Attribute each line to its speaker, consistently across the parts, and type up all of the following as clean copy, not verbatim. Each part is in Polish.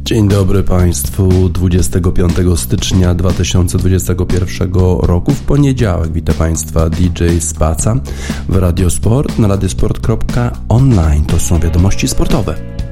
Speaker 1: Dzień dobry Państwu, 25 stycznia 2021 roku, w poniedziałek witam Państwa DJ Spaca w Radiosport na radiosport.online. To są wiadomości sportowe.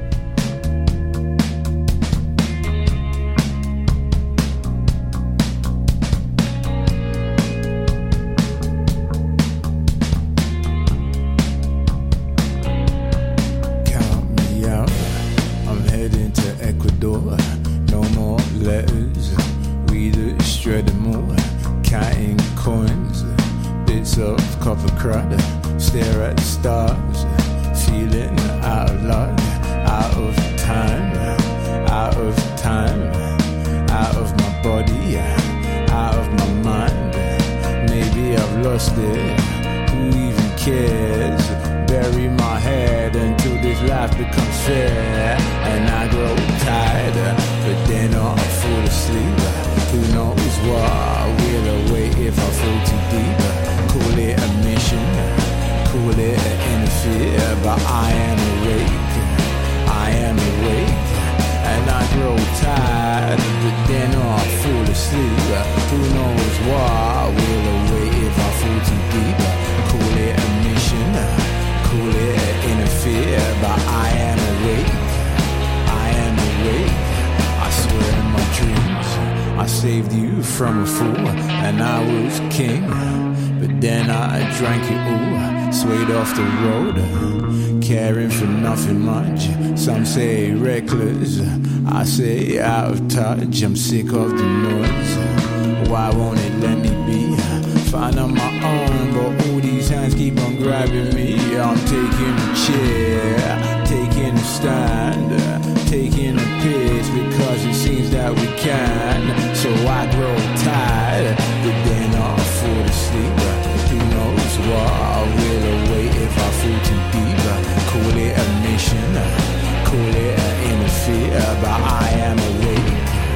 Speaker 2: I'm sick of the noise. Why won't it let me be? Find on my own, but all these hands keep on grabbing me. I'm taking a chair, taking a stand, taking a piss because it seems that we can. So I grow tired, but then I fall asleep. Who knows what will await if I fall too deep? Call it a mission, call it an interfere, but I am awake.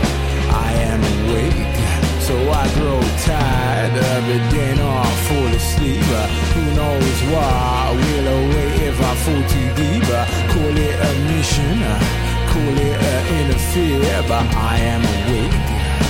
Speaker 2: I am awake, so I grow tired, but then I fall asleep. Who knows why we'll await if I fall too deep? Call it a mission, call it an interfere, but I am awake.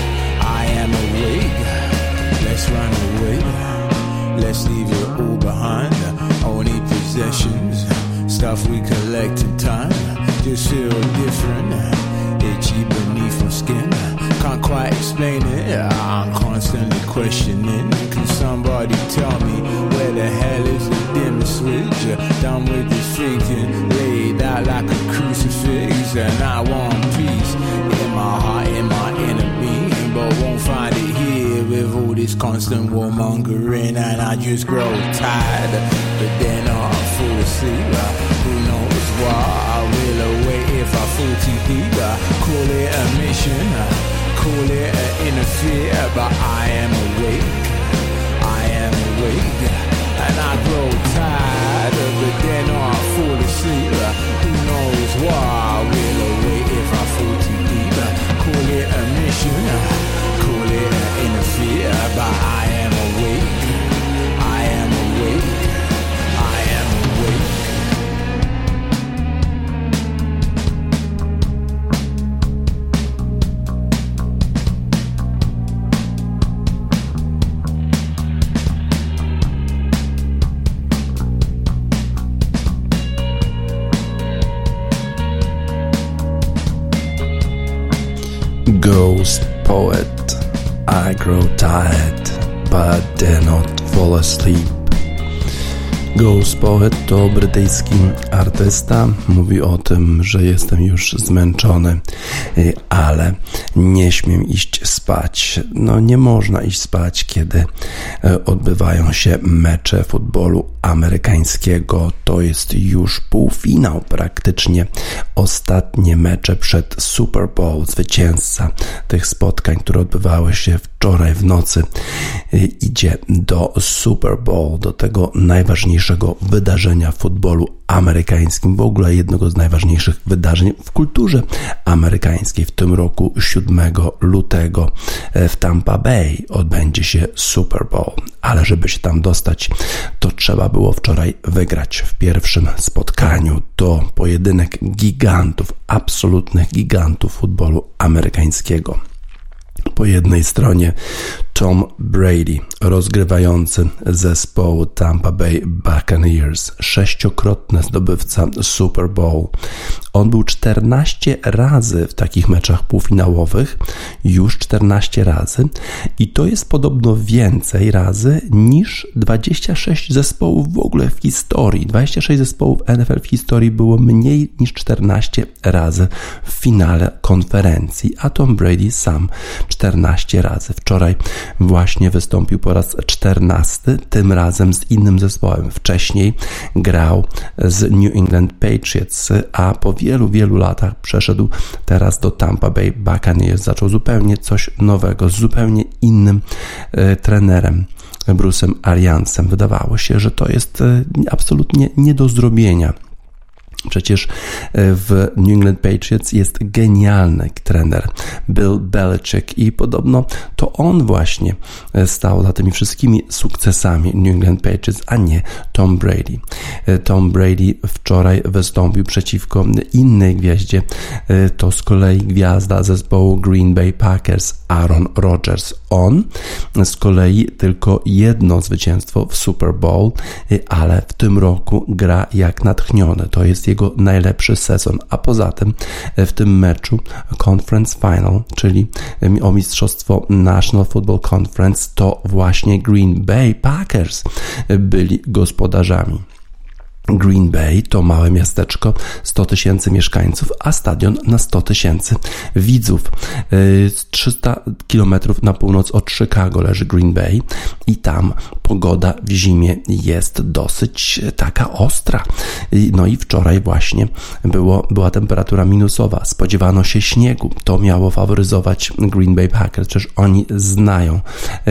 Speaker 2: I am awake. Let's run away. Let's leave it all behind. Only possessions, stuff we collect in time. Just feel different, itchy beneath my skin. Can't quite explain it, I'm constantly questioning. Can somebody tell me where the hell is the dimmer switch? Done with this thinking, laid out like a crucifix. And I want peace in my heart, in my inner being, but won't find it here with all this constant warmongering. And I just grow tired, but then I fall asleep. Who knows why I will await if I fall too deep? Call it a mission, call it an interfere, but I am awake. I am awake, and I grow tired, but then I fall asleep. Who knows why we'll await if I fall too deep? Call it a mission, call it an interfere, but I am awake. I am awake. I am awake.
Speaker 1: Ghost Poet, I grow tired, but dare not fall asleep. Ghost Poet to brytyjski artysta, mówi o tym, że jestem już zmęczony, ale nie śmiem iść spać. No nie można iść spać, kiedy odbywają się mecze futbolu amerykańskiego. To jest już półfinał praktycznie. Ostatnie mecze przed Super Bowl. Zwycięzca tych spotkań, które odbywały się w wczoraj w nocy idzie do Super Bowl, do tego najważniejszego wydarzenia w futbolu amerykańskim, w ogóle jednego z najważniejszych wydarzeń w kulturze amerykańskiej. W tym roku 7 lutego w Tampa Bay odbędzie się Super Bowl, ale żeby się tam dostać, to trzeba było wczoraj wygrać w pierwszym spotkaniu. To pojedynek gigantów, absolutnych gigantów futbolu amerykańskiego. Po jednej stronie Tom Brady, rozgrywający zespołu Tampa Bay Buccaneers, 6-krotny zdobywca Super Bowl. On był 14 razy w takich meczach półfinałowych, już 14 razy i to jest podobno więcej razy niż 26 zespołów w ogóle w historii. 26 zespołów NFL w historii było mniej niż 14 razy w finale konferencji, a Tom Brady sam 14 razy. Wczoraj właśnie wystąpił po raz 14, tym razem z innym zespołem. Wcześniej grał z New England Patriots, a po wielu latach przeszedł teraz do Tampa Bay Buccaneers. Zaczął zupełnie coś nowego, z zupełnie innym trenerem, Bruce'em Ariansem. Wydawało się, że to jest absolutnie nie do zrobienia. Przecież w New England Patriots jest genialny trener Bill Belichick i podobno to on właśnie stał za tymi wszystkimi sukcesami New England Patriots, a nie Tom Brady. Tom Brady wczoraj wystąpił przeciwko innej gwiaździe, to z kolei gwiazda zespołu Green Bay Packers, Aaron Rodgers. On z kolei tylko jedno zwycięstwo w Super Bowl, ale w tym roku gra jak natchniony. To jest jego najlepszy sezon, a poza tym w tym meczu Conference Final, czyli o mistrzostwo National Football Conference, to właśnie Green Bay Packers byli gospodarzami. Green Bay to małe miasteczko, 100 000 mieszkańców, a stadion na 100 000 widzów. 300 km na północ od Chicago leży Green Bay i tam pogoda w zimie jest dosyć taka ostra. No i wczoraj właśnie była temperatura minusowa. Spodziewano się śniegu. To miało faworyzować Green Bay Packers. Przecież oni znają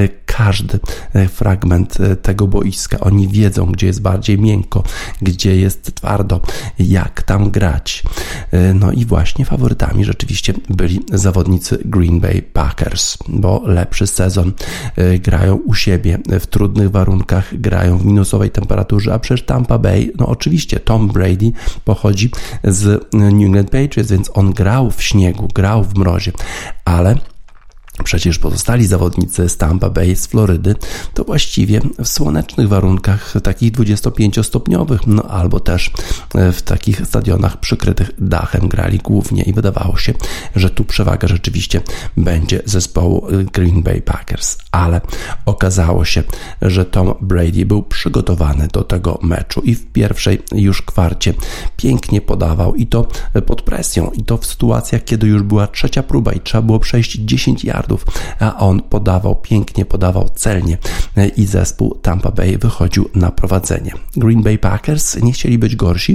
Speaker 1: każdy fragment tego boiska. Oni wiedzą, gdzie jest bardziej miękko, gdzie jest twardo, jak tam grać. No i właśnie faworytami rzeczywiście byli zawodnicy Green Bay Packers, bo lepszy sezon, grają u siebie w trudnych warunkach, grają w minusowej temperaturze, a przecież Tampa Bay, no oczywiście Tom Brady pochodzi z New England Patriots, więc on grał w śniegu, grał w mrozie, ale przecież pozostali zawodnicy z Tampa Bay, z Florydy, to właściwie w słonecznych warunkach, takich 25-stopniowych, no albo też w takich stadionach przykrytych dachem grali głównie i wydawało się, że tu przewaga rzeczywiście będzie zespołu Green Bay Packers, ale okazało się, że Tom Brady był przygotowany do tego meczu i w pierwszej już kwarcie pięknie podawał i to pod presją i to w sytuacjach, kiedy już była trzecia próba i trzeba było przejść 10 yardów, a on podawał pięknie, podawał celnie i zespół Tampa Bay wychodził na prowadzenie. Green Bay Packers nie chcieli być gorsi.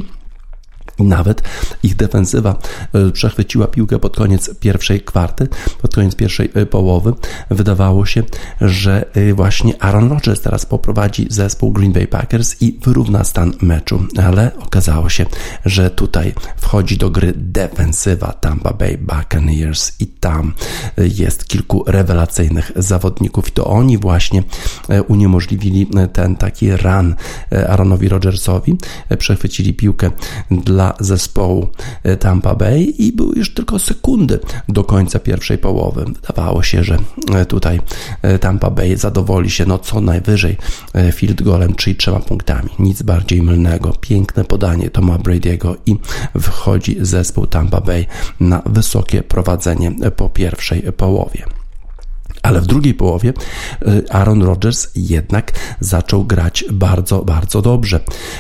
Speaker 1: I nawet ich defensywa przechwyciła piłkę pod koniec pierwszej kwarty, pod koniec pierwszej połowy. Wydawało się, że właśnie Aaron Rodgers teraz poprowadzi zespół Green Bay Packers i wyrówna stan meczu, ale okazało się, że tutaj wchodzi do gry defensywa Tampa Bay Buccaneers i tam jest kilku rewelacyjnych zawodników i to oni właśnie uniemożliwili ten taki run Aaronowi Rodgersowi, przechwycili piłkę dla zespołu Tampa Bay i były już tylko sekundy do końca pierwszej połowy. Wydawało się, że tutaj Tampa Bay zadowoli się co najwyżej field goalem, czyli 3 punktami. Nic bardziej mylnego. Piękne podanie Toma Brady'ego i wchodzi zespół Tampa Bay na wysokie prowadzenie po pierwszej połowie. Ale w drugiej połowie Aaron Rodgers jednak zaczął grać bardzo, bardzo dobrze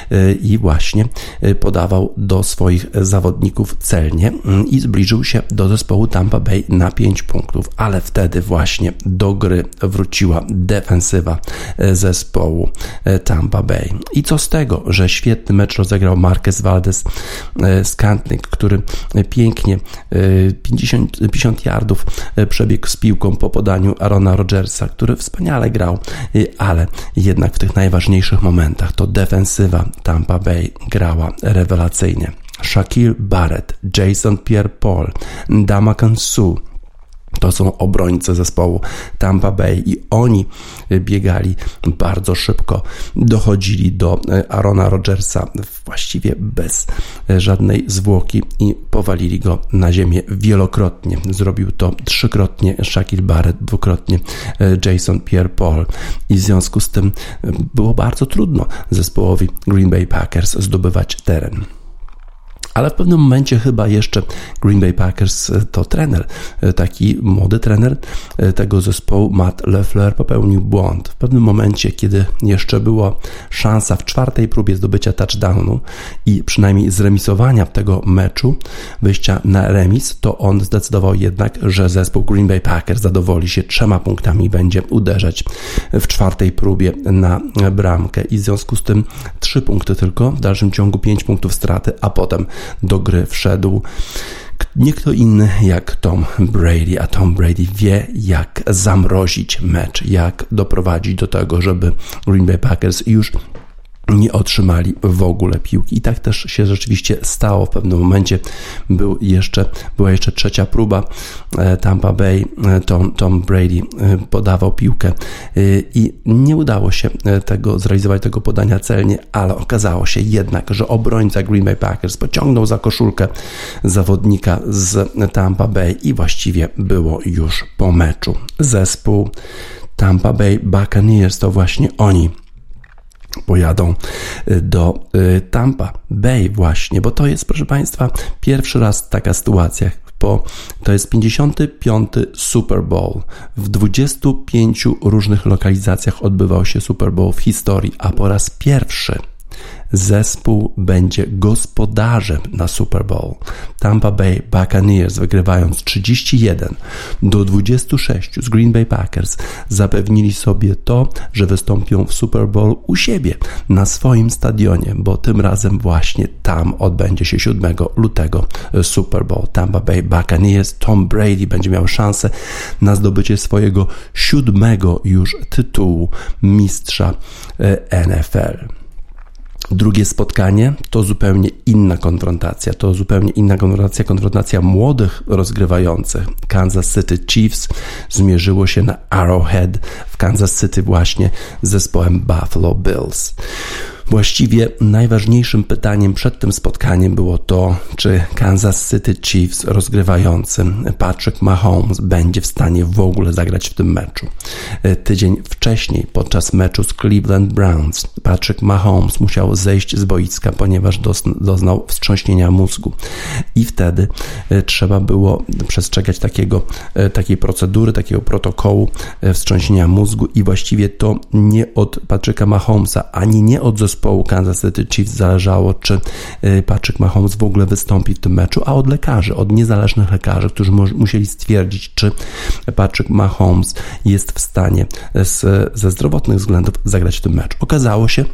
Speaker 1: i właśnie podawał do swoich zawodników celnie i zbliżył się do zespołu Tampa Bay na 5 punktów, ale wtedy właśnie do gry wróciła defensywa zespołu Tampa Bay. I co z tego, że świetny mecz rozegrał Marquez Valdes-Scantling, który pięknie 50 yardów przebiegł z piłką po podaniu Aarona Rodgersa, który wspaniale grał, ale jednak w tych najważniejszych momentach to defensywa Tampa Bay grała rewelacyjnie. Shaquille Barrett, Jason Pierre-Paul, Ndamukong Suh to są obrońcy zespołu Tampa Bay i oni biegali bardzo szybko, dochodzili do Aarona Rodgersa właściwie bez żadnej zwłoki i powalili go na ziemię wielokrotnie. Zrobił to 3-krotnie Shaquille Barrett, 2-krotnie Jason Pierre-Paul i w związku z tym było bardzo trudno zespołowi Green Bay Packers zdobywać teren. Ale w pewnym momencie chyba jeszcze Green Bay Packers to trener, taki młody trener tego zespołu Matt LaFleur popełnił błąd. W pewnym momencie, kiedy jeszcze była szansa w 4. próbie zdobycia touchdownu i przynajmniej zremisowania tego meczu, wyjścia na remis, to on zdecydował jednak, że zespół Green Bay Packers zadowoli się 3 punktami i będzie uderzać w 4. próbie na bramkę i w związku z tym 3 punkty tylko, w dalszym ciągu 5 punktów straty, a potem do gry wszedł nie kto inny jak Tom Brady, a Tom Brady wie, jak zamrozić mecz, jak doprowadzić do tego, żeby Green Bay Packers już nie otrzymali w ogóle piłki. I tak też się rzeczywiście stało. W pewnym momencie była jeszcze 3. próba. Tampa Bay, Tom Brady podawał piłkę i nie udało się zrealizować tego podania celnie, ale okazało się jednak, że obrońca Green Bay Packers pociągnął za koszulkę zawodnika z Tampa Bay i właściwie było już po meczu. Zespół Tampa Bay Buccaneers to właśnie oni pojadą do Tampa Bay właśnie, bo to jest, proszę Państwa, pierwszy raz taka sytuacja, to jest 55. Super Bowl. W 25 różnych lokalizacjach odbywał się Super Bowl w historii, a po raz pierwszy zespół będzie gospodarzem na Super Bowl. Tampa Bay Buccaneers, wygrywając 31-26 z Green Bay Packers, zapewnili sobie to, że wystąpią w Super Bowl u siebie, na swoim stadionie, bo tym razem właśnie tam odbędzie się 7 lutego Super Bowl. Tampa Bay Buccaneers, Tom Brady będzie miał szansę na zdobycie swojego 7. już tytułu mistrza NFL. Drugie spotkanie to zupełnie inna konfrontacja. Konfrontacja młodych rozgrywających. Kansas City Chiefs zmierzyło się na Arrowhead w Kansas City właśnie z zespołem Buffalo Bills. Właściwie najważniejszym pytaniem przed tym spotkaniem było to, czy Kansas City Chiefs rozgrywający Patrick Mahomes będzie w stanie w ogóle zagrać w tym meczu. Tydzień wcześniej, podczas meczu z Cleveland Browns, Patrick Mahomes musiał zejść z boiska, ponieważ doznał wstrząśnienia mózgu. I wtedy trzeba było przestrzegać takiej procedury, takiego protokołu wstrząśnienia mózgu i właściwie to nie od Patricka Mahomesa, ani nie od zespołu Kansas City Chiefs zależało, czy Patrick Mahomes w ogóle wystąpi w tym meczu, a od lekarzy, od niezależnych lekarzy, którzy musieli stwierdzić, czy Patrick Mahomes jest w stanie ze zdrowotnych względów zagrać w tym meczu. Okazało się,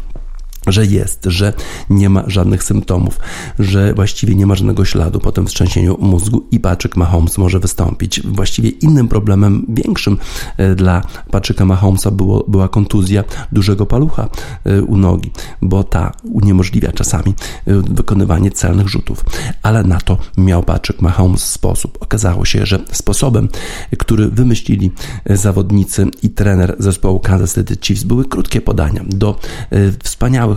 Speaker 1: że nie ma żadnych symptomów, że właściwie nie ma żadnego śladu po tym wstrząsieniu mózgu i Patrick Mahomes może wystąpić. Właściwie innym problemem większym dla Patricka Mahomesa była kontuzja dużego palucha u nogi, bo ta uniemożliwia czasami wykonywanie celnych rzutów. Ale na to miał Patrick Mahomes sposób. Okazało się, że sposobem, który wymyślili zawodnicy i trener zespołu Kansas City Chiefs, były krótkie podania do wspaniałych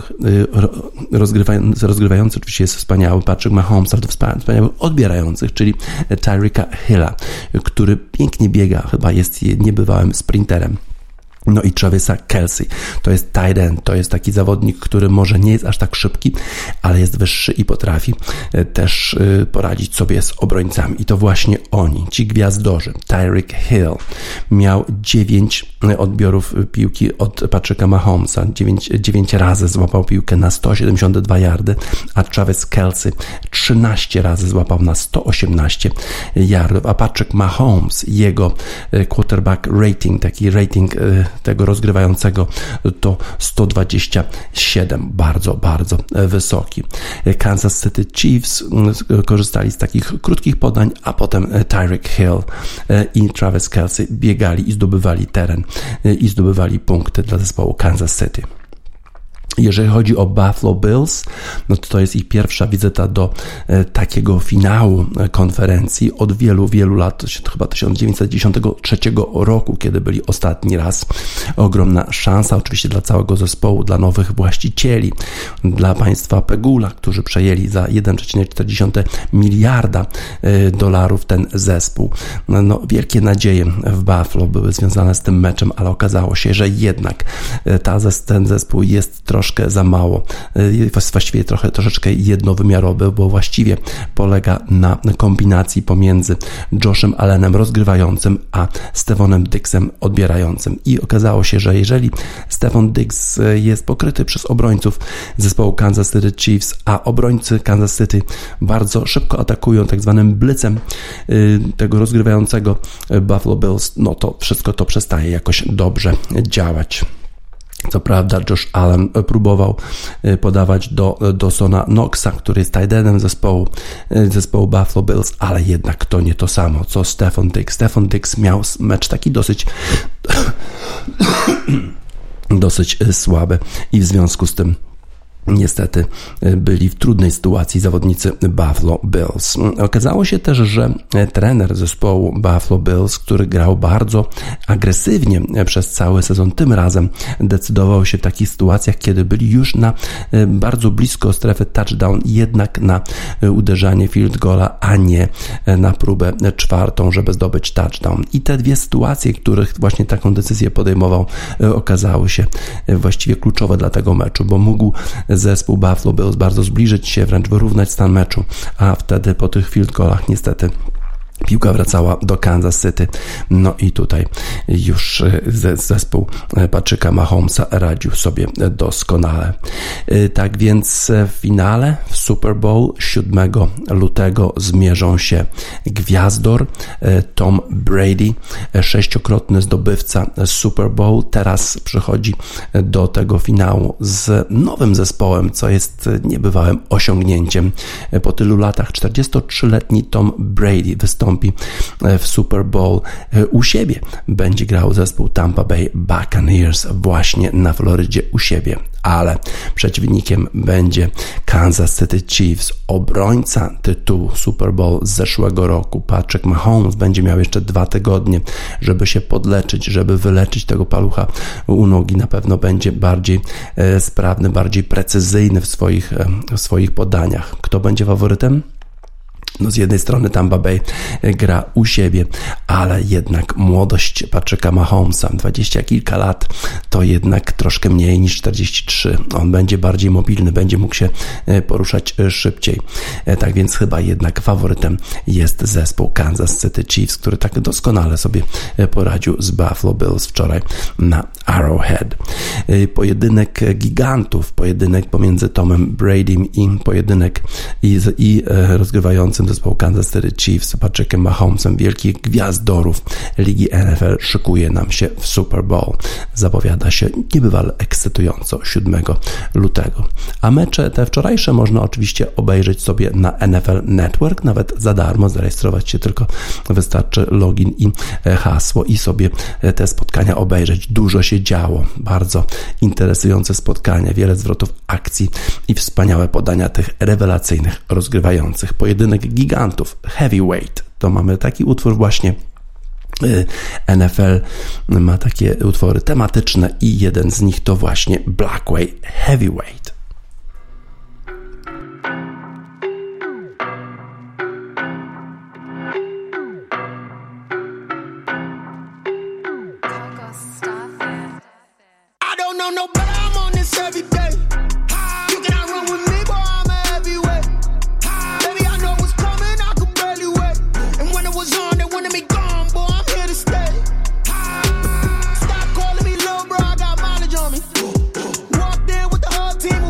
Speaker 1: rozgrywający oczywiście jest wspaniały Patrick Mahomes, ale do wspaniałych odbierających, czyli Tyreeka Hilla, który pięknie biega, chyba jest niebywałym sprinterem. No i Travisa Kelce, to jest tight end, to jest taki zawodnik, który może nie jest aż tak szybki, ale jest wyższy i potrafi też poradzić sobie z obrońcami. I to właśnie oni, ci gwiazdorzy. Tyreek Hill miał 9 odbiorów piłki od Patricka Mahomesa, 9 razy złapał piłkę na 172 yardy, a Travis Kelce 13 razy złapał na 118 yardów, a Patrick Mahomes, jego quarterback rating, taki rating tego rozgrywającego to 127, bardzo, bardzo wysoki. Kansas City Chiefs korzystali z takich krótkich podań, a potem Tyreek Hill i Travis Kelce biegali i zdobywali teren i zdobywali punkty dla zespołu Kansas City. Jeżeli chodzi o Buffalo Bills, no to jest ich pierwsza wizyta do takiego finału konferencji od wielu, wielu lat, chyba 1993 roku, kiedy byli ostatni raz. Ogromna szansa oczywiście dla całego zespołu, dla nowych właścicieli, dla państwa Pegula, którzy przejęli za 1,4 miliarda dolarów ten zespół. No, wielkie nadzieje w Buffalo były związane z tym meczem, ale okazało się, że jednak ten zespół jest troszkę za mało, właściwie troszeczkę jednowymiarowy, bo właściwie polega na kombinacji pomiędzy Joshem Allenem rozgrywającym, a Stevonem Diggsem odbierającym. I okazało się, że jeżeli Stefon Diggs jest pokryty przez obrońców zespołu Kansas City Chiefs, a obrońcy Kansas City bardzo szybko atakują tak zwanym blitzem tego rozgrywającego Buffalo Bills, no to wszystko to przestaje jakoś dobrze działać. Co prawda Josh Allen próbował podawać do Dawsona Knoxa, który jest tight endem zespołu Buffalo Bills, ale jednak to nie to samo, co Stefon Diggs. Stefon Diggs miał mecz taki dosyć słaby i w związku z tym niestety byli w trudnej sytuacji zawodnicy Buffalo Bills. Okazało się też, że trener zespołu Buffalo Bills, który grał bardzo agresywnie przez cały sezon, tym razem decydował się w takich sytuacjach, kiedy byli już bardzo blisko strefy touchdown, jednak na uderzanie field goala, a nie na próbę czwartą, żeby zdobyć touchdown. I te dwie sytuacje, których właśnie taką decyzję podejmował, okazały się właściwie kluczowe dla tego meczu, bo mógł zespół Buffalo Bills bardzo zbliżyć się, wręcz wyrównać stan meczu, a wtedy po tych field goalach niestety piłka wracała do Kansas City. No i tutaj już zespół Patricka Mahomesa radził sobie doskonale. Tak więc w finale w Super Bowl 7 lutego zmierzą się gwiazdor Tom Brady, 6-krotny zdobywca Super Bowl. Teraz przychodzi do tego finału z nowym zespołem, co jest niebywałym osiągnięciem. Po tylu latach 43-letni Tom Brady wystąpi w Super Bowl u siebie. Będzie grał zespół Tampa Bay Buccaneers właśnie na Florydzie u siebie, ale przeciwnikiem będzie Kansas City Chiefs, obrońca tytułu Super Bowl z zeszłego roku. Patrick Mahomes będzie miał jeszcze 2 tygodnie, żeby się podleczyć, żeby wyleczyć tego palucha u nogi. Na pewno będzie bardziej sprawny, bardziej precyzyjny w swoich podaniach. Kto będzie faworytem? No z jednej strony Tampa Bay gra u siebie, ale jednak młodość Patricka Mahomesa, 20 kilka lat, to jednak troszkę mniej niż 43. On będzie bardziej mobilny, będzie mógł się poruszać szybciej. Tak więc chyba jednak faworytem jest zespół Kansas City Chiefs, który tak doskonale sobie poradził z Buffalo Bills wczoraj na Arrowhead. Pojedynek gigantów, pojedynek pomiędzy Tomem Bradym i pojedynek i rozgrywającym zespołu Kansas City Chiefs, Patrickiem Mahomesem, wielkich gwiazdorów ligi NFL, szykuje nam się w Super Bowl. Zapowiada się niebywale ekscytująco 7 lutego. A mecze te wczorajsze można oczywiście obejrzeć sobie na NFL Network, nawet za darmo, zarejestrować się, tylko wystarczy login i hasło i sobie te spotkania obejrzeć. Dużo się działo, bardzo interesujące spotkania, wiele zwrotów akcji i wspaniałe podania tych rewelacyjnych rozgrywających. Pojedynek gigantów, heavyweight, to mamy taki utwór właśnie. NFL ma takie utwory tematyczne i jeden z nich to właśnie Blackway Heavyweight.
Speaker 3: Team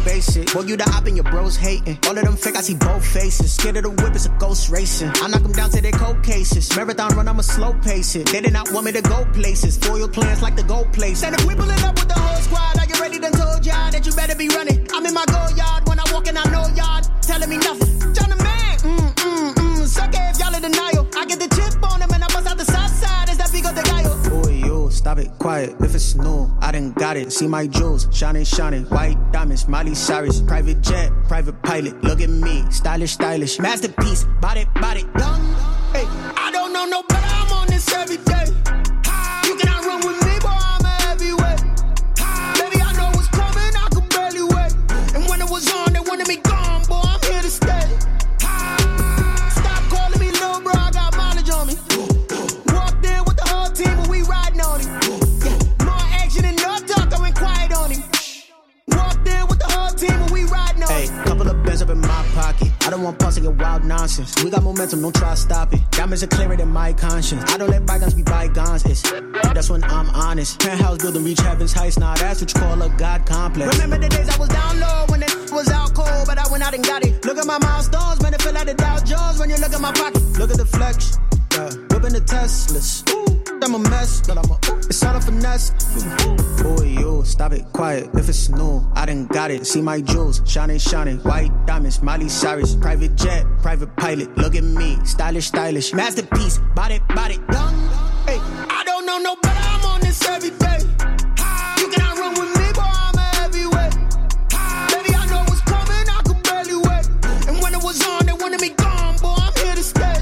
Speaker 3: basic. Boy, you the op and your bros hating. All of them fake, I see both faces. Scared of the whip, it's a ghost racing. I knock them down to their cold cases. Marathon run, I'ma slow pace it. They did not want me to go places. Foil plans like the gold place. And if we pulling up with the whole squad, are you ready? Done told y'all that you better be running. I'm in my go yard. When I walk in, I know y'all telling me nothing. John the man, suck it if y'all in denial. I get the chip on them and I bust out the south side. Is that big of the guy? Boy, yo, stop it, quiet. If it's new, I done got it. See my jewels, shining, white diamonds, Miley Cyrus, private jet, private pilot. Look at me, stylish, masterpiece, body, young. Hey, I don't know no better. I'm on this every day. You cannot run with me, boy. I'm a heavyweight. Baby, I know what's coming. I could barely wait. And when it was on, they wanted me gone, boy. I'm here to stay. Stop calling me little bro. I got mileage on me. Walked in with the whole team, and we riding on him. More action and no talk. I went quiet on him. Walked in with the whole team, and we riding on him. Hey, couple of bands up in my pocket. I don't want pulse to get wild nonsense. We got momentum, don't try to stop it. Diamonds are clearer than my conscience. I don't let bygones be bygones. That's when I'm honest. Penthouse building, reach heaven's heights. Nah, that's what you call a God complex. Remember the days I was down low when it was out cold, but I went out and got it. Look at my milestones, man, it feel like the Dow Jones when you look at my pocket. Look at the flex, whipping the Teslas. I'm a mess, but it's all a finesse. Boy, yo, stop it, quiet. If it's new, I done got it. See my jewels, shining, white diamonds, Miley Cyrus, private jet, private pilot. Look at me, stylish, masterpiece, body, young. Hey, I don't know no better. I'm on this every day. You cannot run with me, boy. I'm a heavyweight. Baby, I know what's coming. I could barely wait. And when it was on, they wanted me gone, boy. I'm here to stay.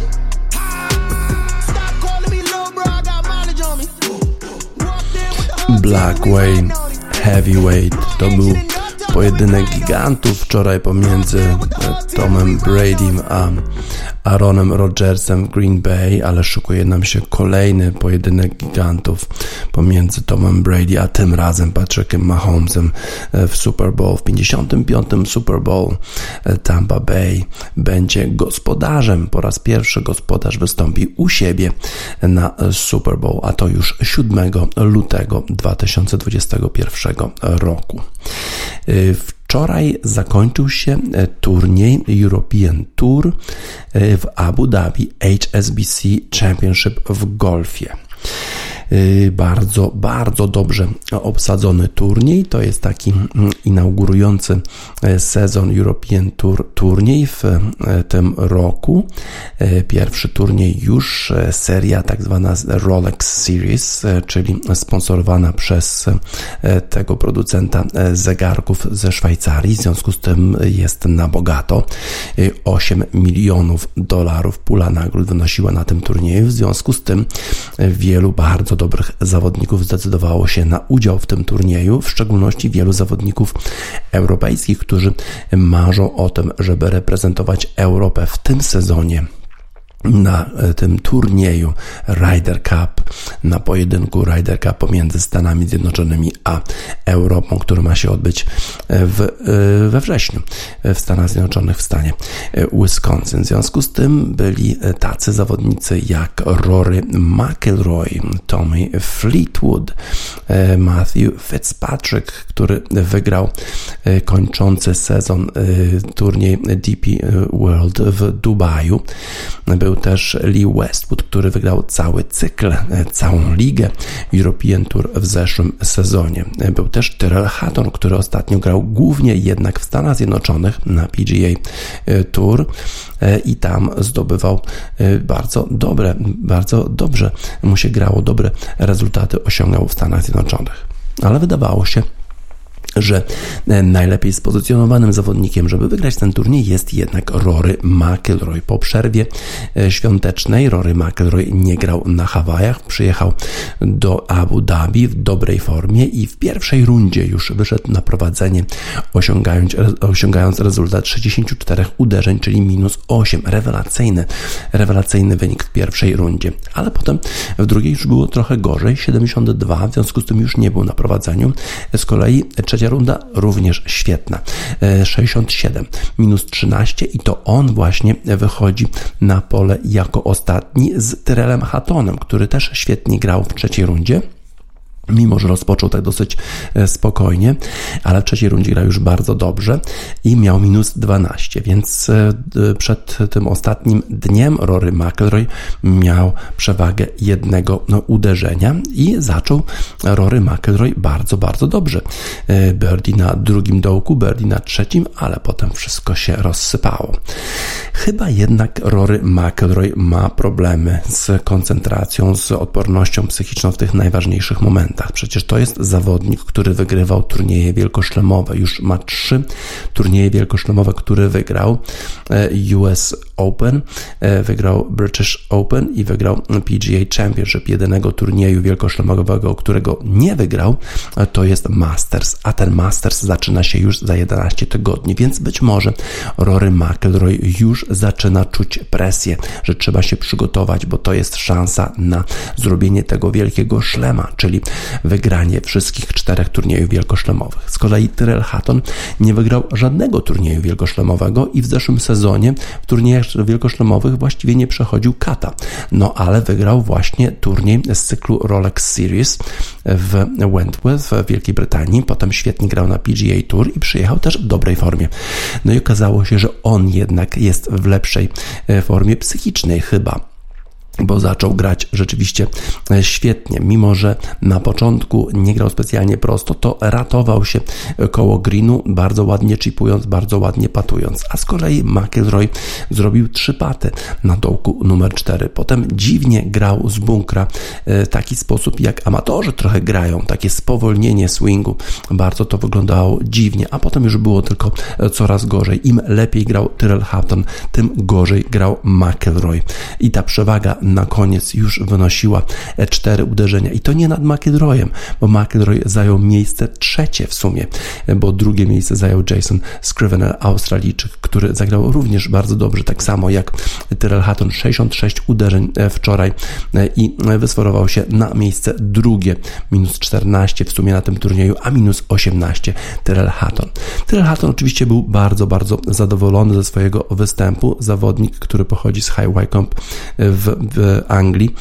Speaker 1: Blackway Heavyweight to był pojedynek gigantów wczoraj pomiędzy Tomem Bradym a Aaronem Rodgersem w Green Bay, ale szykuje nam się kolejny pojedynek gigantów pomiędzy Tomem Brady a tym razem Patrickiem Mahomesem w Super Bowl. W 55. Super Bowl Tampa Bay będzie gospodarzem. Po raz pierwszy gospodarz wystąpi u siebie na Super Bowl, a to już 7 lutego 2021 roku. Wczoraj zakończył się turniej European Tour w Abu Dhabi HSBC Championship w golfie. Bardzo dobrze obsadzony turniej. To jest taki inaugurujący sezon European Tour turniej w tym roku. Pierwszy turniej już, seria tak zwana Rolex Series, czyli sponsorowana przez tego producenta zegarków ze Szwajcarii. W związku z tym jest na bogato. $8 milionów pula nagród wynosiła na tym turnieju. W związku z tym wielu bardzo dobrych zawodników zdecydowało się na udział w tym turnieju, w szczególności wielu zawodników europejskich, którzy marzą o tym, żeby reprezentować Europę w tym sezonie na tym turnieju Ryder Cup, na pojedynku Ryder Cup pomiędzy Stanami Zjednoczonymi a Europą, który ma się odbyć we wrześniu w Stanach Zjednoczonych, w stanie Wisconsin. W związku z tym byli tacy zawodnicy jak Rory McIlroy, Tommy Fleetwood, Matthew Fitzpatrick, który wygrał kończący sezon turniej DP World w Dubaju. Był też Lee Westwood, który wygrał cały cykl, całą ligę European Tour w zeszłym sezonie. Był też Tyrrell Hatton, który ostatnio grał głównie jednak w Stanach Zjednoczonych na PGA Tour i tam zdobywał bardzo dobrze mu się grało, dobre rezultaty osiągał w Stanach Zjednoczonych. Ale wydawało się, że najlepiej spozycjonowanym zawodnikiem, żeby wygrać ten turniej, jest jednak Rory McIlroy. Po przerwie świątecznej Rory McIlroy nie grał na Hawajach, przyjechał do Abu Dhabi w dobrej formie i w pierwszej rundzie już wyszedł na prowadzenie, osiągając rezultat 64 uderzeń, czyli -8. Rewelacyjny wynik w pierwszej rundzie. Ale potem w drugiej już było trochę gorzej, 72, w związku z tym już nie był na prowadzeniu. Z kolei trzecia runda również świetna, 67, -13 i to on właśnie wychodzi na pole jako ostatni z Tyrrellem Hattonem, który też świetnie grał w trzeciej rundzie. mimo że rozpoczął tak dosyć spokojnie, ale w trzeciej rundzie grał już bardzo dobrze i miał minus 12, więc przed tym ostatnim dniem Rory McIlroy miał przewagę jednego uderzenia i zaczął Rory McIlroy bardzo, bardzo dobrze. Birdie na drugim dołku, birdie na trzecim, ale potem wszystko się rozsypało. Chyba jednak Rory McIlroy ma problemy z koncentracją, z odpornością psychiczną w tych najważniejszych momentach. Przecież to jest zawodnik, który wygrywał turnieje wielkoszlemowe. Już ma 3 turnieje wielkoszlemowe, które wygrał. US Open, wygrał British Open i wygrał PGA Championship. Jedynego turnieju wielkoszlemowego, którego nie wygrał, to jest Masters, a ten Masters zaczyna się już za 11 tygodni, więc być może Rory McIlroy już zaczyna czuć presję, że trzeba się przygotować, bo to jest szansa na zrobienie tego wielkiego szlema, czyli wygranie wszystkich 4 turniejów wielkoszlemowych. Z kolei Tyrrell Hatton nie wygrał żadnego turnieju wielkoszlemowego i w zeszłym sezonie w turniejach wielkoszlemowych właściwie nie przechodził kata. No ale wygrał właśnie turniej z cyklu Rolex Series w Wentworth w Wielkiej Brytanii. Potem świetnie grał na PGA Tour i przyjechał też w dobrej formie. No i okazało się, że on jednak jest w lepszej formie psychicznej chyba, bo zaczął grać rzeczywiście świetnie. Mimo że na początku nie grał specjalnie prosto, to ratował się koło greenu, bardzo ładnie chipując, bardzo ładnie patując. A z kolei McIlroy zrobił 3 paty na dołku numer 4. Potem dziwnie grał z bunkra w taki sposób, jak amatorzy trochę grają, takie spowolnienie swingu. Bardzo to wyglądało dziwnie, a potem już było tylko coraz gorzej. Im lepiej grał Tyrrell Hatton, tym gorzej grał McIlroy. I ta przewaga na koniec już wynosiła 4 uderzenia. I to nie nad McIlroyem, bo McIlroy zajął miejsce 3 w sumie, bo drugie miejsce zajął Jason Scrivener, Australijczyk, który zagrał również bardzo dobrze, tak samo jak Tyrrell Hatton, 66 uderzeń wczoraj i wysforował się na miejsce drugie, minus 14 w sumie na tym turnieju, a minus 18 Tyrrell Hatton. Tyrrell Hatton oczywiście był bardzo, bardzo zadowolony ze swojego występu. Zawodnik, który pochodzi z High Wycombe w Anglii,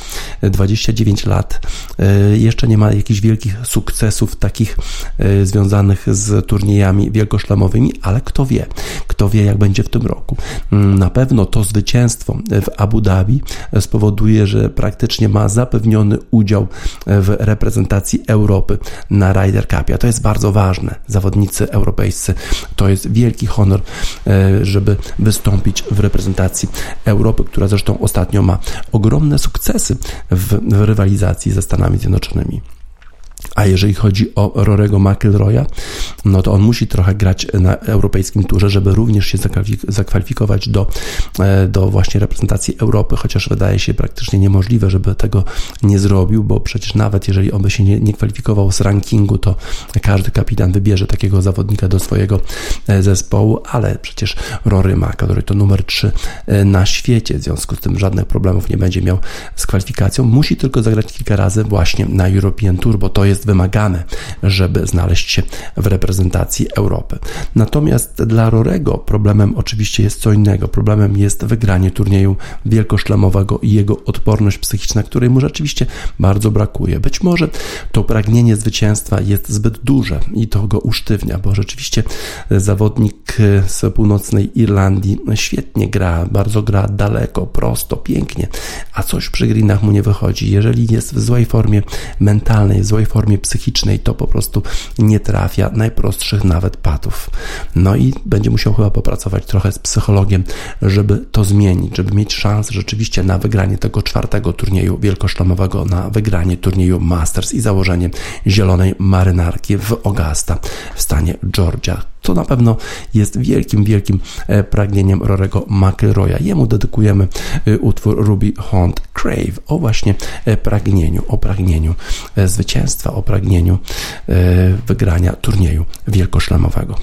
Speaker 1: 29 lat, jeszcze nie ma jakichś wielkich sukcesów takich związanych z turniejami wielkoszlemowymi, ale kto wie jak będzie w tym roku. Na pewno to zwycięstwo w Abu Dhabi spowoduje, że praktycznie ma zapewniony udział w reprezentacji Europy na Ryder Cupie, a to jest bardzo ważne. Zawodnicy europejscy to jest wielki honor, żeby wystąpić w reprezentacji Europy, która zresztą ostatnio ma ogromne sukcesy w rywalizacji ze Stanami Zjednoczonymi. A jeżeli chodzi o Rory'ego McIlroya, no to on musi trochę grać na europejskim turze, żeby również się zakwalifikować do właśnie reprezentacji Europy, chociaż wydaje się praktycznie niemożliwe, żeby tego nie zrobił, bo przecież nawet jeżeli on by się nie kwalifikował z rankingu, to każdy kapitan wybierze takiego zawodnika do swojego zespołu, ale przecież Rory McIlroy to numer 3 na świecie, w związku z tym żadnych problemów nie będzie miał z kwalifikacją. Musi tylko zagrać kilka razy właśnie na European Tour, bo to jest wymagane, żeby znaleźć się w reprezentacji Europy. Natomiast dla Rory'ego problemem oczywiście jest co innego. Problemem jest wygranie turnieju wielkoszlemowego i jego odporność psychiczna, której mu rzeczywiście bardzo brakuje. Być może to pragnienie zwycięstwa jest zbyt duże i to go usztywnia, bo rzeczywiście zawodnik z północnej Irlandii świetnie gra, bardzo gra daleko, prosto, pięknie, a coś przy greenach mu nie wychodzi. Jeżeli jest w złej formie mentalnej, w złej formie psychicznej, to po prostu nie trafia najprostszych nawet patów. No i będzie musiał chyba popracować trochę z psychologiem, żeby to zmienić, żeby mieć szansę rzeczywiście na wygranie tego 4. turnieju wielkoszlemowego, na wygranie turnieju Masters i założenie zielonej marynarki w Augusta w stanie Georgia. To na pewno jest wielkim, wielkim pragnieniem Rory'ego McIlroya. Jemu dedykujemy utwór Ruby Hunt Crave o właśnie pragnieniu zwycięstwa, o pragnieniu wygrania turnieju wielkoszlemowego.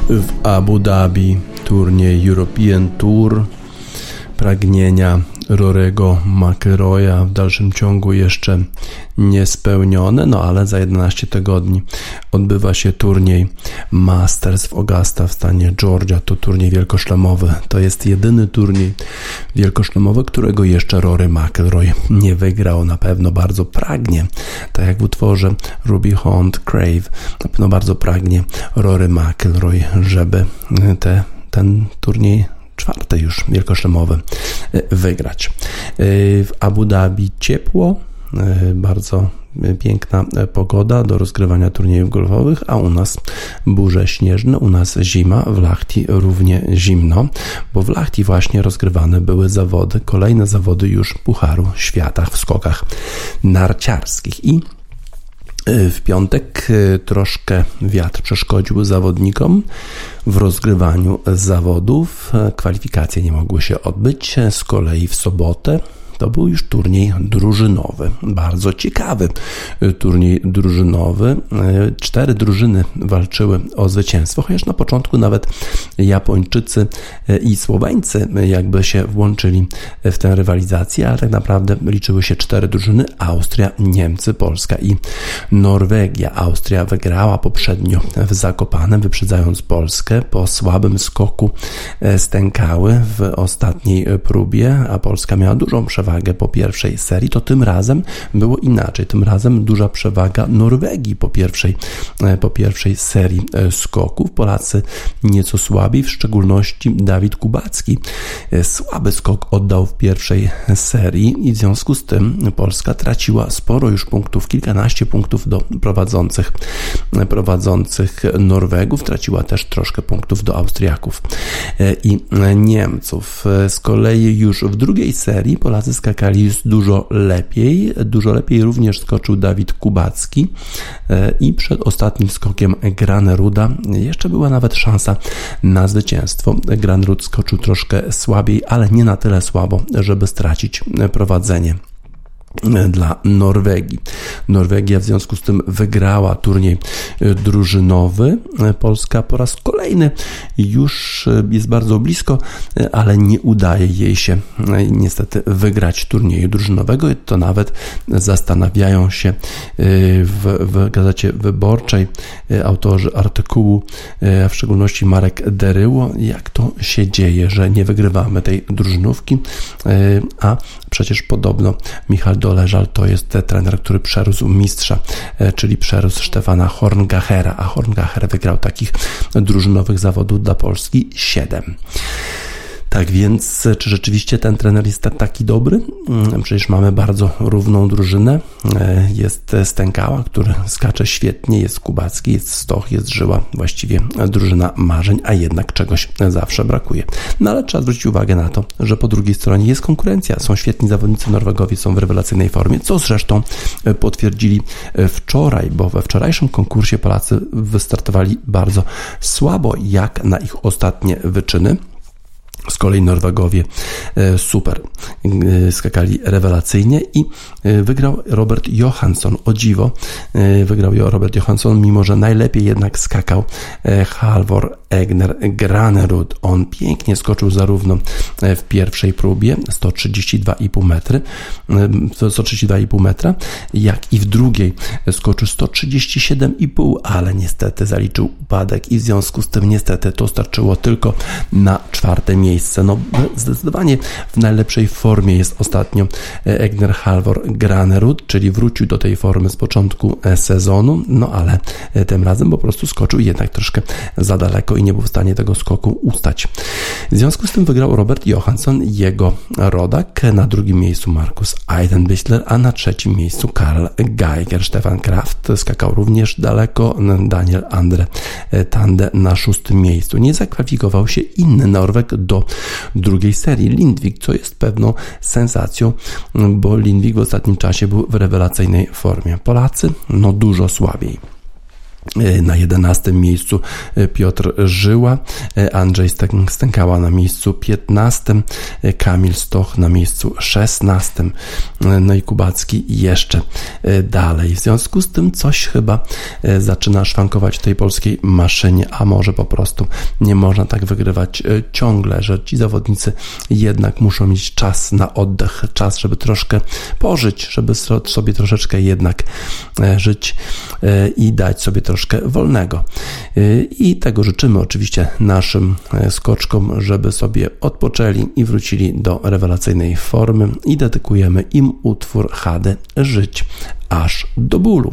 Speaker 1: W Abu Dhabi turniej European Tour. Pragnienia Rory'ego McIlroya w dalszym ciągu jeszcze niespełnione, no ale za 11 tygodni odbywa się turniej Masters w Augusta w stanie Georgia. To turniej wielkoszlemowy. To jest jedyny turniej wielkoszlemowy, którego jeszcze Rory McIlroy nie wygrał. Na pewno bardzo pragnie, tak jak w utworze Ruby Hunt Crave, na pewno bardzo pragnie Rory McIlroy, żeby ten turniej czwarty już wielkoszlemowy wygrać. W Abu Dhabi ciepło, bardzo piękna pogoda do rozgrywania turniejów golfowych, a u nas burze śnieżne, u nas zima, w Lahti równie zimno, bo w Lahti właśnie rozgrywane były zawody, kolejne zawody już Pucharu Świata w skokach narciarskich i w piątek troszkę wiatr przeszkodził zawodnikom w rozgrywaniu zawodów. Kwalifikacje nie mogły się odbyć. Z kolei w sobotę to był już turniej drużynowy. Bardzo ciekawy turniej drużynowy. 4 drużyny walczyły o zwycięstwo, chociaż na początku nawet Japończycy i Słoweńcy jakby się włączyli w tę rywalizację, ale tak naprawdę liczyły się 4 drużyny: Austria, Niemcy, Polska i Norwegia. Austria wygrała poprzednio w Zakopanem, wyprzedzając Polskę. Po słabym skoku stękały w ostatniej próbie, a Polska miała dużą przewagę po pierwszej serii. To tym razem było inaczej. Tym razem duża przewaga Norwegii po pierwszej serii skoków. Polacy nieco słabi, w szczególności Dawid Kubacki. Słaby skok oddał w pierwszej serii i w związku z tym Polska traciła sporo już punktów, kilkanaście punktów do prowadzących Norwegów. Traciła też troszkę punktów do Austriaków i Niemców. Z kolei już w drugiej serii Polacy skakali dużo lepiej również skoczył Dawid Kubacki i przed ostatnim skokiem Graneruda jeszcze była nawet szansa na zwycięstwo. Granerud skoczył troszkę słabiej, ale nie na tyle słabo, żeby stracić prowadzenie dla Norwegii. Norwegia w związku z tym wygrała turniej drużynowy. Polska po raz kolejny już jest bardzo blisko, ale nie udaje jej się niestety wygrać turnieju drużynowego. To nawet zastanawiają się w Gazecie Wyborczej autorzy artykułu, a w szczególności Marek Deryło, jak to się dzieje, że nie wygrywamy tej drużynówki, a przecież podobno Michał Doleżal to jest trener, który przerósł mistrza, czyli przerósł Stefana Horngachera, a Horngacher wygrał takich drużynowych zawodów dla Polski 7. Tak więc, czy rzeczywiście ten trener jest taki dobry? Przecież mamy bardzo równą drużynę. Jest Stękała, który skacze świetnie, jest Kubacki, jest Stoch, jest Żyła. Właściwie drużyna marzeń, a jednak czegoś zawsze brakuje. No ale trzeba zwrócić uwagę na to, że po drugiej stronie jest konkurencja. Są świetni zawodnicy Norwegowie, są w rewelacyjnej formie, co zresztą potwierdzili wczoraj, bo we wczorajszym konkursie Polacy wystartowali bardzo słabo, jak na ich ostatnie wyczyny. Z kolei Norwegowie super skakali rewelacyjnie i wygrał Robert Johansson. O dziwo wygrał Robert Johansson, mimo że najlepiej jednak skakał Halvor Egner Granerud. On pięknie skoczył zarówno w pierwszej próbie 132,5 metra, jak i w drugiej skoczył 137,5, ale niestety zaliczył upadek i w związku z tym niestety to starczyło tylko na 4. miejsce. No zdecydowanie w najlepszej formie jest ostatnio Egner Halvor Granerud, czyli wrócił do tej formy z początku sezonu, no ale tym razem po prostu skoczył jednak troszkę za daleko i nie był w stanie tego skoku ustać. W związku z tym wygrał Robert Johansson, jego rodak, na 2. miejscu Markus Eidenbichler, a na 3. miejscu Karl Geiger. Stefan Kraft skakał również daleko, Daniel Andre Tande na 6. miejscu. Nie zakwalifikował się inny Norweg do 2. serii, Lindvik, co jest pewną sensacją, bo Lindvik w ostatnim czasie był w rewelacyjnej formie. Polacy, no dużo słabiej. Na 11 miejscu Piotr Żyła, Andrzej Stękała na miejscu 15, Kamil Stoch na miejscu 16, no i Kubacki jeszcze dalej. W związku z tym coś chyba zaczyna szwankować w tej polskiej maszynie, a może po prostu nie można tak wygrywać ciągle, że ci zawodnicy jednak muszą mieć czas na oddech, czas, żeby troszkę pożyć, żeby sobie troszeczkę jednak żyć i dać sobie troszkę wolnego. I tego życzymy oczywiście naszym skoczkom, żeby sobie odpoczęli i wrócili do rewelacyjnej formy i dedykujemy im utwór Hady Żyć aż do bólu.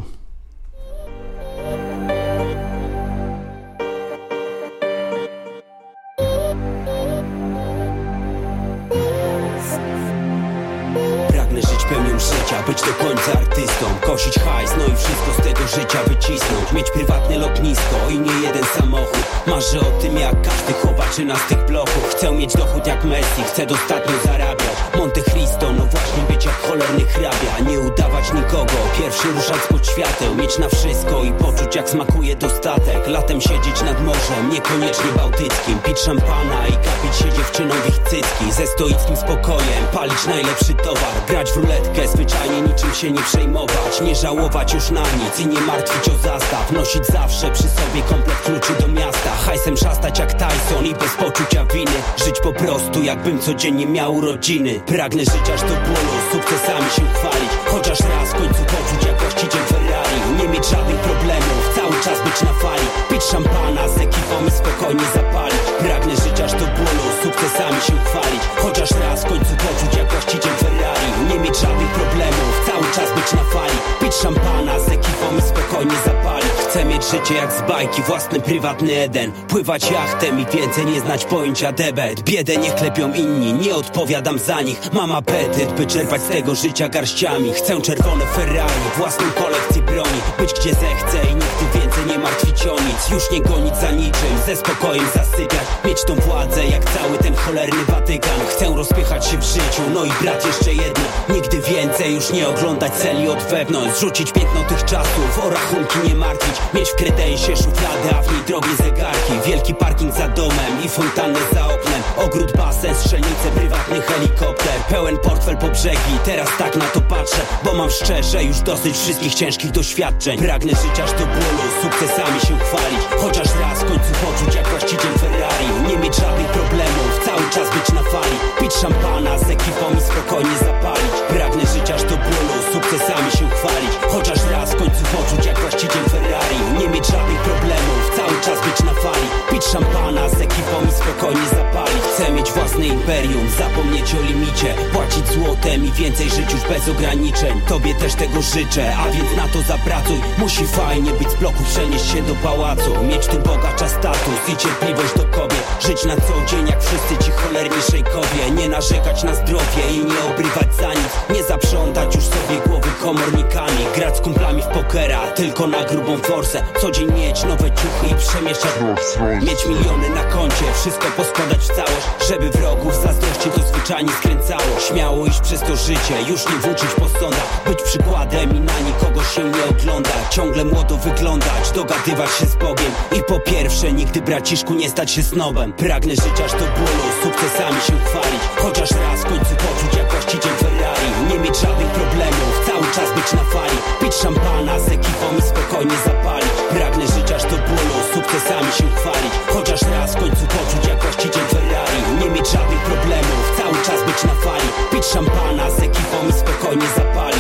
Speaker 4: Być do końca artystą, kosić hajs, no i wszystko z tego życia wycisnąć. Mieć prywatne lotnisko i nie jeden samochód. Marzę o tym jak każdy chłopaczyna z tych bloków. Chcę mieć dochód jak Messi, chcę dostatnio zarabiać. Monte Cristo, no właśnie być jak cholerny hrabia. Nie udawać nikogo, pierwszy ruszać spod świateł. Mieć na wszystko i poczuć jak smakuje dostatek. Latem siedzieć nad morzem, niekoniecznie bałtyckim. Pić szampana i kapić się dziewczynom w ich cycki. Ze stoickim spokojem, palić najlepszy towar. Grać w ruletkę, zwyczajnie niczym się nie przejmować. Nie żałować już na nic i nie martwić o zastaw. Nosić zawsze przy sobie komplet kluczy do miasta. Hajsem szastać jak Tyson i bez poczucia winy. Żyć po prostu jakbym codziennie miał urodziny. Pragnę żyć aż do bólu, sukcesami się chwalić. Chociaż raz w końcu poczuć jak właściciel Ferrari. Nie mieć żadnych problemów, cały czas być na fali. Pić szampana z ekipą i spokojnie zapalić. Pragnę żyć aż do bólu, sukcesami się chwalić. Chociaż raz w końcu poczuć jak właściciel Ferrari. Nie mieć żadnych problemów, cały czas być na fali. Pić szampana z ekipą i spokojnie zapalić. Chcę mieć życie jak z bajki, własny prywatny Eden. Pływać jachtem i więcej nie znać pojęcia debet. Biedę niech klepią inni, nie odpowiadam za nich. Mam apetyt, by czerpać z tego życia garściami. Chcę czerwone Ferrari, własną kolekcję broni. Być gdzie zechcę i nigdy więcej nie martwić o nic. Już nie gonić za niczym, ze spokojem zasypiać. Mieć tą władzę jak cały ten cholerny Watykan. Chcę rozpychać się w życiu, no i brat jeszcze jedno. Nigdy więcej już nie oglądać celi od wewnątrz. Zrzucić piętno tych czasów, o rachunki nie martwić. Mieć w kredensie szufladę, a w niej drogie zegarki. Wielki parking za domem i fontannę za oknem. Ogród, basen, strzelnice, prywatny helikopter. Pełen portfel po brzegi, teraz tak na to patrzę. Bo mam szczerze już dosyć wszystkich ciężkich doświadczeń. Pragnę żyć aż do bólu, sukcesami się chwalić. Chociaż raz w końcu poczuć jak właściciel Ferrari. Nie mieć żadnych problemów, cały czas być na fali. Pić szampana z ekipą i spokojnie zapalić. Pragnę żyć aż do bólu, sukcesami się chwalić. Chociaż raz w końcu poczuć jak właściciel Ferrari. Nie mieć żadnych problemów, cały czas być na fali. Pić szampana z ekipą i spokojnie zapalić. Chcę mieć własne imperium, zapomnieć o limicie. Płacić złotem i więcej żyć już bez ograniczeń. Tobie też tego życzę, a więc na to zapracuj. Musi fajnie być z bloku, przenieść się do pałacu. Mieć tu bogacza status i cierpliwość do kobiet. Żyć na co dzień jak wszyscy ci cholerni szejkowie. Nie narzekać na zdrowie i nie obrywać za nic. Nie zaprzątać już sobie głowy komornikami. Grać z kumplami w pokera, tylko na grubą forsę. Co dzień mieć nowe ciuchy i przemieszczać. Mieć miliony na koncie, wszystko poskładać w całość. Żeby wrogów zazdrości to zwyczajnie skręcało. Śmiało iść przez to życie, już nie włóczyć po sądach. Być przykładem i na nikogo się nie oglądać. Ciągle młodo wyglądać, dogadywać się z Bogiem. I po pierwsze nigdy braciszku nie stać się snobem. Pragnę żyć aż do bólu, sukcesami się chwalić. Chociaż raz w końcu poczuć jak właściciel Ferrari. Nie mieć żadnych problemów, cały czas być na fali. Pić szampana z ekipą i spokojnie zapalić. Pragnę żyć aż do bólu, sukcesami się chwalić. Chociaż raz w końcu poczuć jak właściciel Ferrari. Nie mieć żadnych problemów, cały czas być na fali. Pić szampana z ekipą i spokojnie zapalić.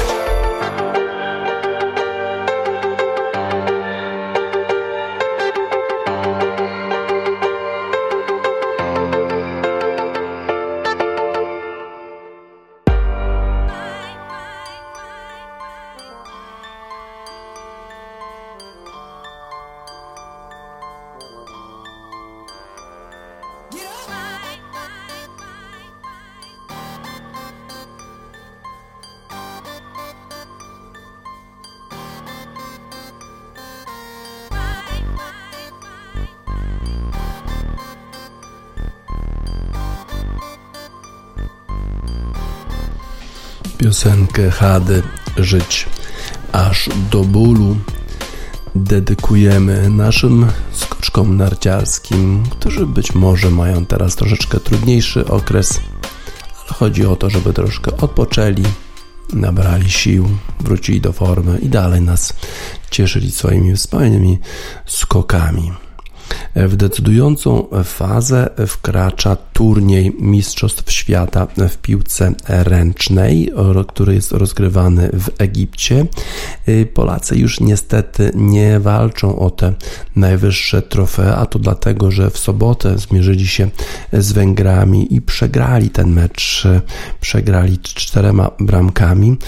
Speaker 1: Piosenkę Hady Żyć aż do bólu dedykujemy naszym skoczkom narciarskim, którzy być może mają teraz troszeczkę trudniejszy okres, ale chodzi o to, żeby troszkę odpoczęli, nabrali sił, wrócili do formy i dalej nas cieszyli swoimi wspaniałymi skokami. W decydującą fazę wkracza turniej Mistrzostw Świata w piłce ręcznej, który jest rozgrywany w Egipcie. Polacy już niestety nie walczą o te najwyższe trofea, a to dlatego, że w sobotę zmierzyli się z Węgrami i przegrali ten mecz. Przegrali 4 bramkami,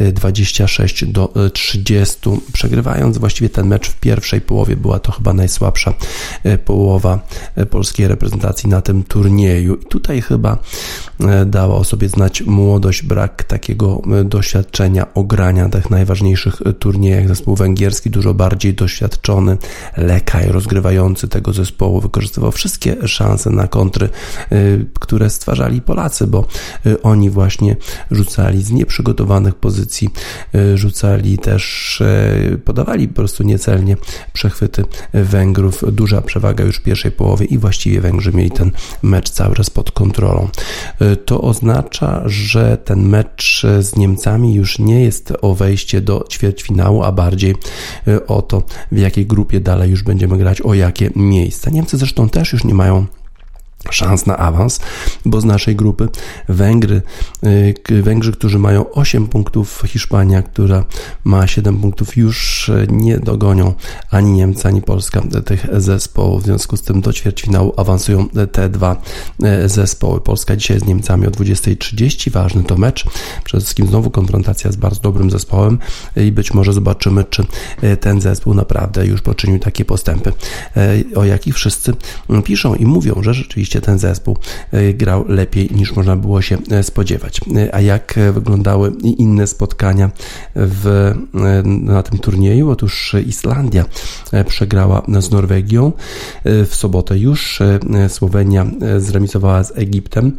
Speaker 1: 26-30, przegrywając właściwie ten mecz w pierwszej połowie. Była to chyba najsłabsza połowa polskiej reprezentacji na tym turnieju. I tutaj chyba dała o sobie znać młodość, brak takiego doświadczenia ogrania tych najważniejszych turniejach. Zespół węgierski, dużo bardziej doświadczony, lekaj rozgrywający tego zespołu, wykorzystywał wszystkie szanse na kontry, które stwarzali Polacy, bo oni właśnie rzucali z nieprzygotowanych pozycji, rzucali też, podawali po prostu niecelnie przechwyty Węgrów. Duża przewaga już w pierwszej połowie i właściwie Węgrzy mieli ten mecz cały czas pod kontrolą. To oznacza, że ten mecz z Niemcami już nie jest o wejście do ćwierćfinału, a bardziej o to, w jakiej grupie dalej już będziemy grać, o jakie miejsca. Niemcy zresztą też już nie mają szans na awans, bo z naszej grupy Węgrzy, którzy mają 8 punktów, Hiszpania, która ma 7 punktów, już nie dogonią ani Niemcy, ani Polska tych zespołów. W związku z tym do ćwierćfinału awansują te dwa zespoły. Polska dzisiaj z Niemcami o 20:30. Ważny to mecz. Przede wszystkim znowu konfrontacja z bardzo dobrym zespołem i być może zobaczymy, czy ten zespół naprawdę już poczynił takie postępy, o jakich wszyscy piszą i mówią, że rzeczywiście ten zespół grał lepiej niż można było się spodziewać. A jak wyglądały inne spotkania na tym turnieju? Otóż Islandia przegrała z Norwegią. W sobotę już Słowenia zremisowała z Egiptem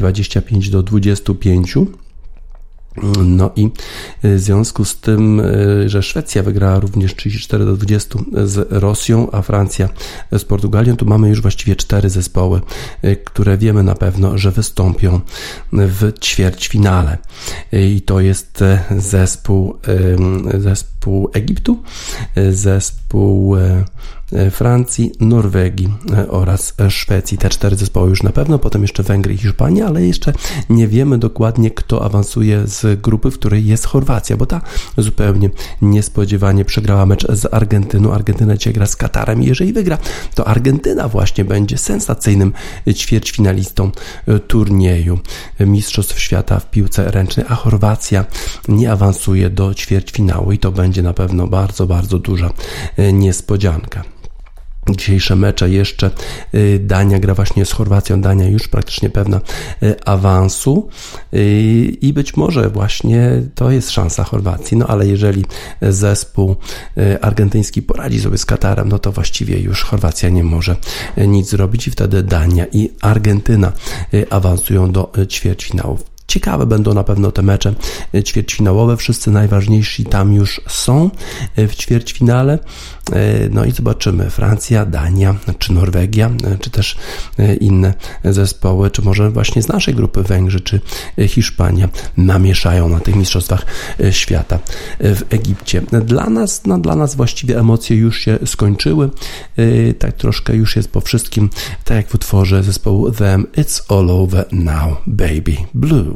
Speaker 1: 25-25. No i w związku z tym, że Szwecja wygrała również 34-20 z Rosją, a Francja z Portugalią, tu mamy już właściwie 4 zespoły, które wiemy na pewno, że wystąpią w ćwierćfinale. I to jest zespół Egiptu, zespół Francji, Norwegii oraz Szwecji. Te 4 zespoły już na pewno, potem jeszcze Węgry i Hiszpania, ale jeszcze nie wiemy dokładnie, kto awansuje z grupy, w której jest Chorwacja, bo ta zupełnie niespodziewanie przegrała mecz z Argentyną. Argentyna dzisiaj gra z Katarem i jeżeli wygra, to Argentyna właśnie będzie sensacyjnym ćwierćfinalistą turnieju Mistrzostw Świata w piłce ręcznej, a Chorwacja nie awansuje do ćwierćfinału i to będzie na pewno bardzo, bardzo duża niespodzianka. Dzisiejsze mecze jeszcze Dania gra właśnie z Chorwacją. Dania już praktycznie pewna awansu i być może właśnie to jest szansa Chorwacji, no ale jeżeli zespół argentyński poradzi sobie z Katarem, no to właściwie już Chorwacja nie może nic zrobić i wtedy Dania i Argentyna awansują do ćwierćfinałów. Ciekawe będą na pewno te mecze ćwierćfinałowe. Wszyscy najważniejsi tam już są w ćwierćfinale. No i zobaczymy. Francja, Dania, czy Norwegia, czy też inne zespoły, czy może właśnie z naszej grupy Węgrzy, czy Hiszpania namieszają na tych mistrzostwach świata w Egipcie. Dla nas właściwie emocje już się skończyły. Tak troszkę już jest po wszystkim, tak jak w utworze zespołu Them, It's All Over Now, Baby Blue.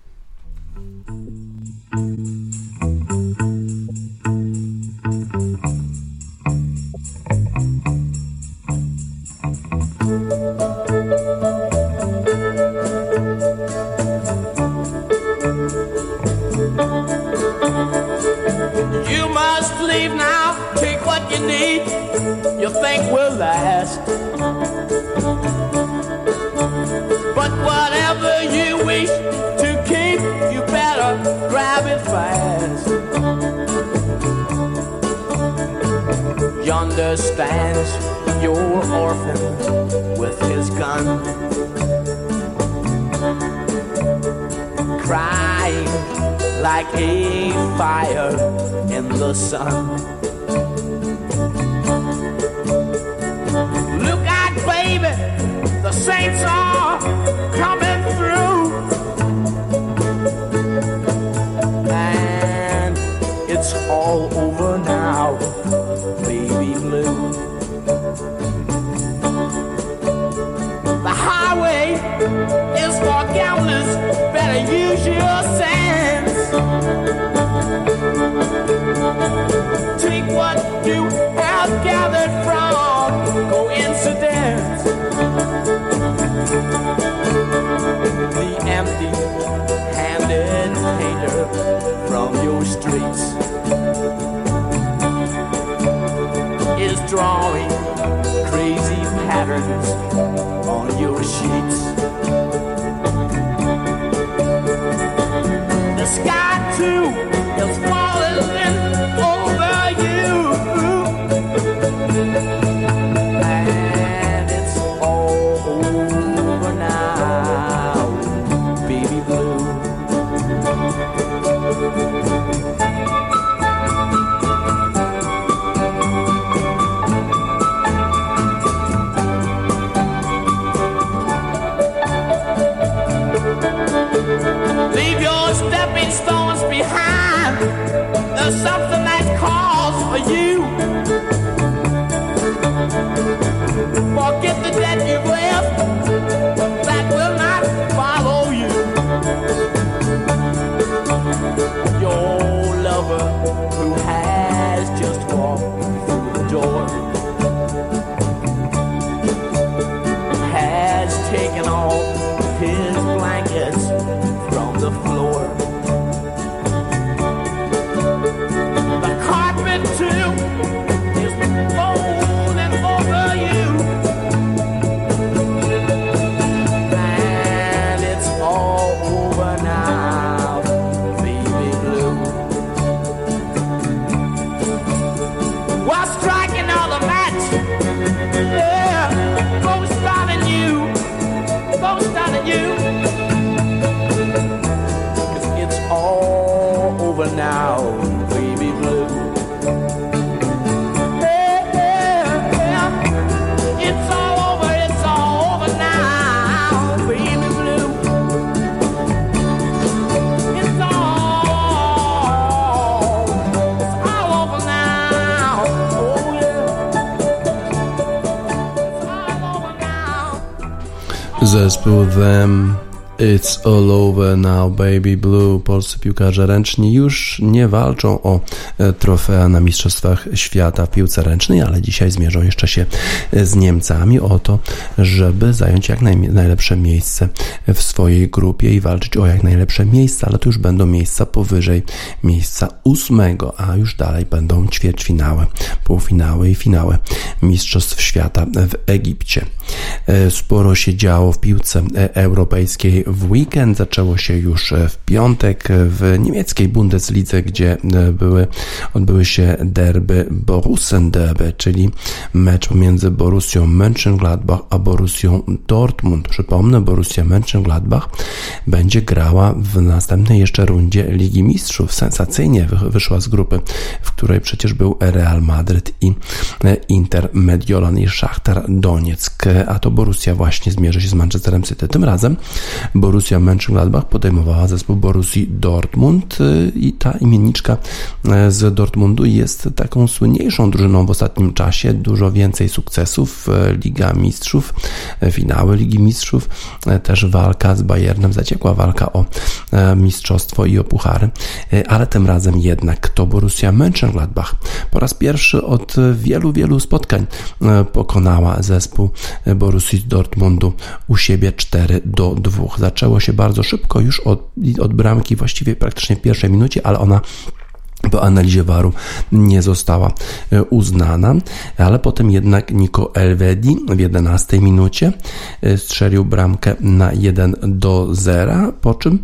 Speaker 5: You must leave now, take what you need, you think will last. But whatever you wish to keep, you better grab it fast. Yonder stands your orphan with his gun, crying like a fire in the sun. saints are coming through, and it's all over now, baby blue. The highway is for gamblers, better use your sense. Take what you have gathered from coincidence. The empty-handed painter from your streets is drawing crazy patterns on your sheets. The sky too is falling over you, and it's all over now, baby blue. Leave your stepping stones behind. There's something that calls for you. Forget the debt you've left, that will not follow you. Your lover who has just walked through the door has taken off his blankets from the floor. The carpet too is folding over you, and it's all over now, baby blue. While striking all the match, yeah, ghost starting you, ghost starting you. Over now, baby blue. Hey, yeah, yeah. It's all over now, baby blue. It's all over now, oh yeah. It's all over now.
Speaker 1: Zespół Them. It's all over now, baby blue. Polscy piłkarze ręczni już nie walczą o trofea na Mistrzostwach Świata w piłce ręcznej, ale dzisiaj zmierzą jeszcze się z Niemcami o to, żeby zająć jak najlepsze miejsce w swojej grupie i walczyć o jak najlepsze miejsca, ale to już będą miejsca powyżej miejsca 8, a już dalej będą ćwierćfinały, półfinały i finały Mistrzostw Świata w Egipcie. Sporo się działo w piłce europejskiej w weekend. Zaczęło się już w piątek w niemieckiej Bundeslidze, gdzie odbyły się derby Borussen-Derby, czyli mecz pomiędzy Borussią Mönchengladbach a Borussią Dortmund. Przypomnę, Borussia Mönchengladbach będzie grała w następnej jeszcze rundzie Ligi Mistrzów. Sensacyjnie wyszła z grupy, w której przecież był Real Madryt i Inter Mediolan i Szachtar Donieck, a to Borussia właśnie zmierzy się z Manchesterem City. Tym razem Borussia Mönchengladbach podejmowała zespół Borussii Dortmund i ta imienniczka z Dortmundu jest taką słynniejszą drużyną w ostatnim czasie. Dużo więcej sukcesów, Liga Mistrzów, finały Ligi Mistrzów, też walka z Bayernem, zaciekła walka o mistrzostwo i o puchary, ale tym razem jednak to Borussia Mönchengladbach po raz pierwszy od wielu spotkań pokonała zespół Borussii Dortmundu u siebie 4-2. Zaczęło się bardzo szybko, już od bramki właściwie praktycznie w pierwszej minucie, ale ona po analizie VAR-u nie została uznana, ale potem jednak Nico Elvedi w 11 minucie strzelił bramkę na 1-0, po czym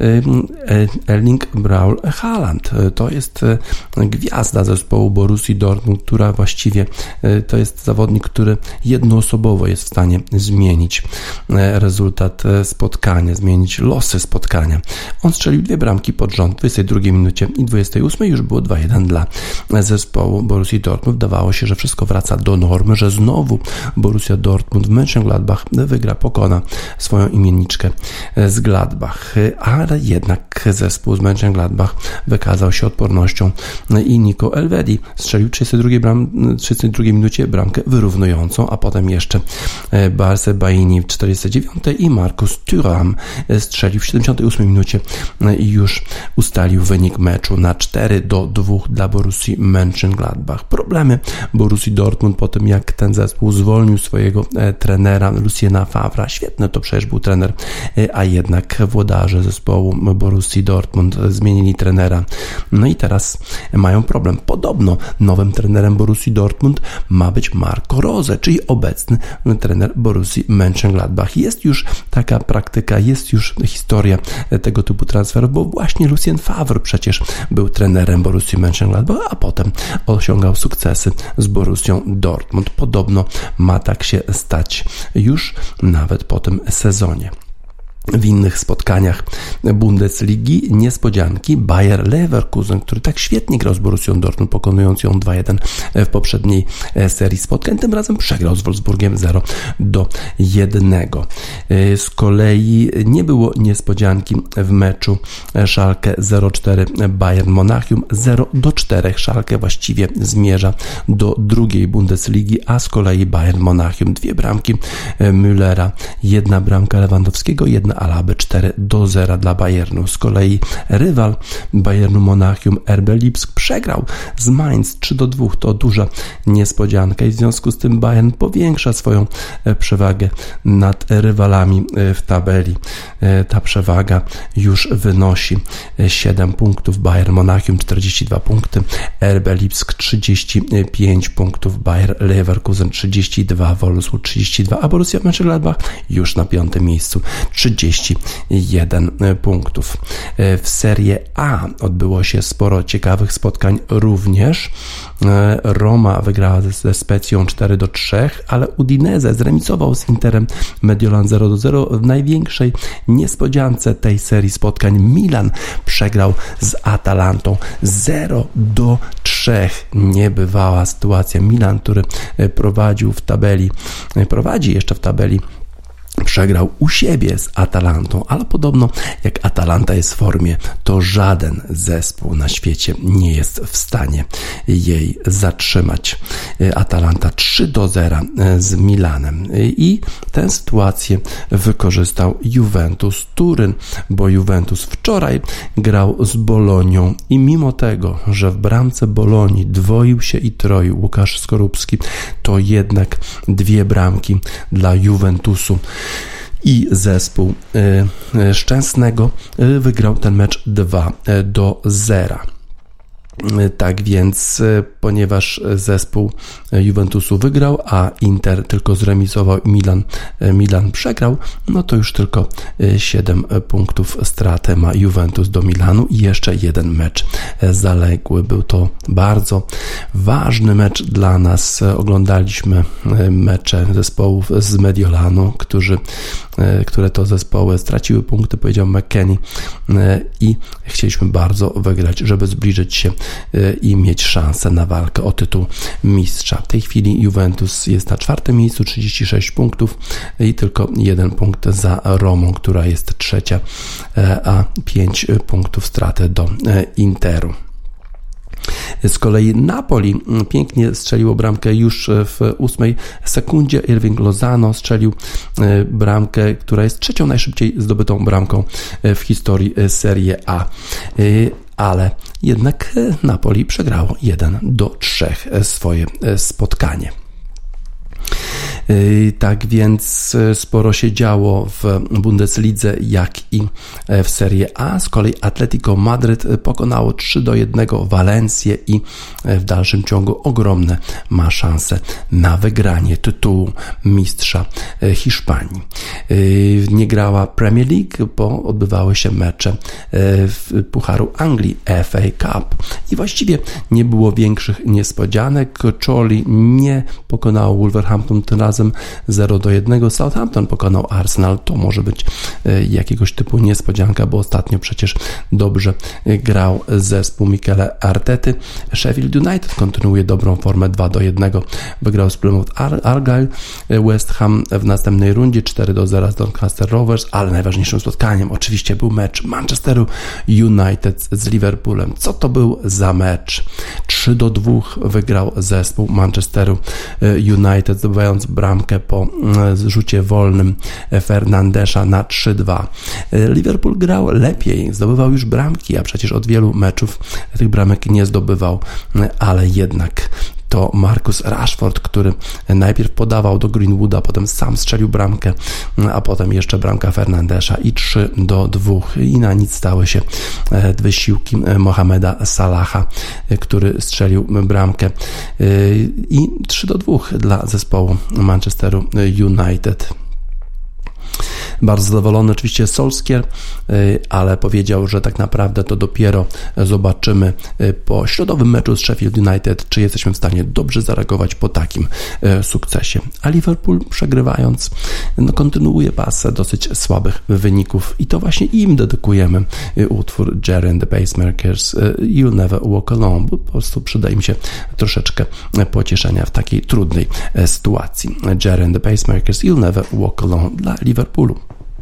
Speaker 1: Erling Braut Haaland. To jest gwiazda zespołu Borussii Dortmund, która właściwie to jest zawodnik, który jednoosobowo jest w stanie zmienić rezultat spotkania, zmienić losy spotkania. On strzelił 2 bramki pod rząd w 22 minucie i 28. już było 2-1 dla zespołu Borussii Dortmund. Wydawało się, że wszystko wraca do normy, że znowu Borussia Dortmund w Mönchengladbach pokona swoją imienniczkę z Gladbach, ale jednak zespół z Mönchengladbach wykazał się odpornością i Nico Elvedi strzelił w 32 minucie bramkę wyrównującą, a potem jeszcze Barce Baini w 49 i Markus Thuram strzelił w 78 minucie i już ustalił wynik meczu na 4-2 dla Borussii Mönchengladbach. Problemy Borussii Dortmund po tym, jak ten zespół zwolnił swojego trenera Luciena Favra. Świetny to przecież był trener, a jednak włodarze zespołu Borussii Dortmund zmienili trenera. No i teraz mają problem. Podobno nowym trenerem Borussii Dortmund ma być Marco Rose, czyli obecny trener Borussii Mönchengladbach. Jest już taka praktyka, jest już historia tego typu transferów, bo właśnie Lucien Favre przecież był trenerem Borussii Mönchengladbach, a potem osiągał sukcesy z Borussią Dortmund. Podobno ma tak się stać już nawet po tym sezonie. W innych spotkaniach Bundesligi niespodzianki Bayer Leverkusen, który tak świetnie grał z Borussią Dortmund, pokonując ją 2-1 w poprzedniej serii spotkań, tym razem przegrał z Wolfsburgiem 0-1. Z kolei nie było niespodzianki w meczu Schalke 0-4 Bayern Monachium 0-4. Schalke właściwie zmierza do drugiej Bundesligi, a z kolei Bayern Monachium 2 bramki Müllera, 1 bramka Lewandowskiego, 1 Alaby, 4-0 dla Bayernu. Z kolei rywal Bayernu Monachium RB Lipsk przegrał z Mainz 3-2. To duża niespodzianka i w związku z tym Bayern powiększa swoją przewagę nad rywalami w tabeli. Ta przewaga już wynosi 7 punktów. Bayern Monachium 42 punkty, RB Lipsk 35 punktów, Bayer Leverkusen 32, Wolfsburg 32, a Borussia Mönchengladbach już na 5. miejscu 31 punktów. W Serie A odbyło się sporo ciekawych spotkań również. Roma wygrała ze Specją 4-3, ale Udinese zremisował z Interem Mediolan 0-0. W największej niespodziance tej serii spotkań Milan przegrał z Atalantą 0-3. Niebywała sytuacja. Milan, który prowadzi jeszcze w tabeli, przegrał u siebie z Atalantą, ale podobno jak Atalanta jest w formie, to żaden zespół na świecie nie jest w stanie jej zatrzymać. Atalanta 3-0 z Milanem i tę sytuację wykorzystał Juventus Turyn, bo Juventus wczoraj grał z Bolonią i mimo tego, że w bramce Bolonii dwoił się i troił Łukasz Skorupski, to jednak 2 bramki dla Juventusu i zespół Szczęsnego wygrał ten mecz 2-0. Tak więc, ponieważ zespół Juventusu wygrał, a Inter tylko zremisował i Milan przegrał, no to już tylko 7 punktów stratę ma Juventus do Milanu i jeszcze 1 mecz zaległy. Był to bardzo ważny mecz dla nas. Oglądaliśmy mecze zespołów z Mediolanu, które to zespoły straciły punkty, powiedział McKennie, i chcieliśmy bardzo wygrać, żeby zbliżyć się i mieć szansę na walkę o tytuł mistrza. W tej chwili Juventus jest na 4. miejscu, 36 punktów i tylko 1 punkt za Romą, która jest 3, a 5 punktów straty do Interu. Z kolei Napoli pięknie strzeliło bramkę już w 8 sekundzie. Irving Lozano strzelił bramkę, która jest 3. najszybciej zdobytą bramką w historii Serie A. Ale jednak Napoli przegrało 1-3 swoje spotkanie. Tak więc sporo się działo w Bundeslidze, jak i w Serie A. Z kolei Atletico Madryt pokonało 3-1 Walencję i w dalszym ciągu ogromne ma szanse na wygranie tytułu mistrza Hiszpanii. Nie grała Premier League, bo odbywały się mecze w Pucharu Anglii, FA Cup. I właściwie nie było większych niespodzianek. Chorley nie pokonało Wolverhampton tym razem 0-1. Southampton pokonał Arsenal. To może być jakiegoś typu niespodzianka, bo ostatnio przecież dobrze grał zespół Mikela Artety. Sheffield United kontynuuje dobrą formę 2-1. Wygrał z Plymouth Argyle. West Ham w następnej rundzie 4-0 z Doncaster Rovers, ale najważniejszym spotkaniem oczywiście był mecz Manchesteru United z Liverpoolem. Co to był za mecz? 3-2 wygrał zespół Manchesteru United, zdobywając bramkę po rzucie wolnym Fernandesza na 3-2. Liverpool grał lepiej, zdobywał już bramki, a przecież od wielu meczów tych bramek nie zdobywał, ale jednak to Marcus Rashford, który najpierw podawał do Greenwooda, potem sam strzelił bramkę, a potem jeszcze bramka Fernandesza i 3-2. I na nic stały się wysiłki Mohameda Salaha, który strzelił bramkę. I 3-2 dla zespołu Manchesteru United. Bardzo zadowolony oczywiście Solskjaer, ale powiedział, że tak naprawdę to dopiero zobaczymy po środowym meczu z Sheffield United, czy jesteśmy w stanie dobrze zareagować po takim sukcesie. A Liverpool, przegrywając, kontynuuje pasę dosyć słabych wyników i to właśnie im dedykujemy utwór Jerry and the Pacemakers You'll Never Walk Alone, bo po prostu przyda im się troszeczkę pocieszenia w takiej trudnej sytuacji. Jerry and the Pacemakers You'll Never Walk Alone dla Liverpoolu.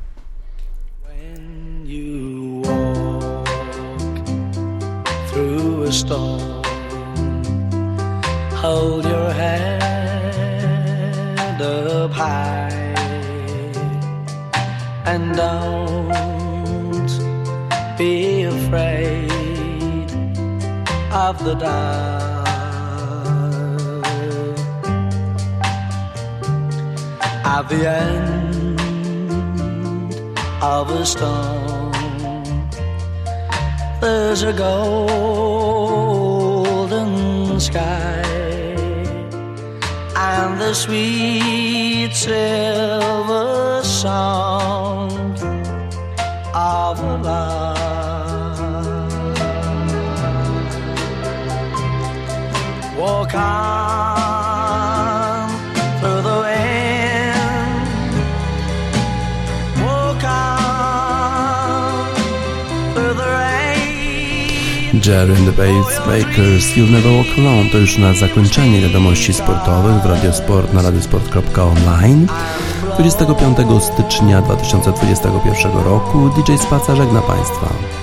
Speaker 6: Storm, hold your head up high and don't be afraid of the dark. At the end of a storm, there's a golden sky and the sweet silver song of love. Walk on through the wind, walk on through the rain.
Speaker 1: Jerry and the Pacemakers You'll Never Walk Alone to już na zakończenie wiadomości sportowych w Radiosport na radiosport.online. 25 stycznia 2021 roku DJ Spaca żegna Państwa.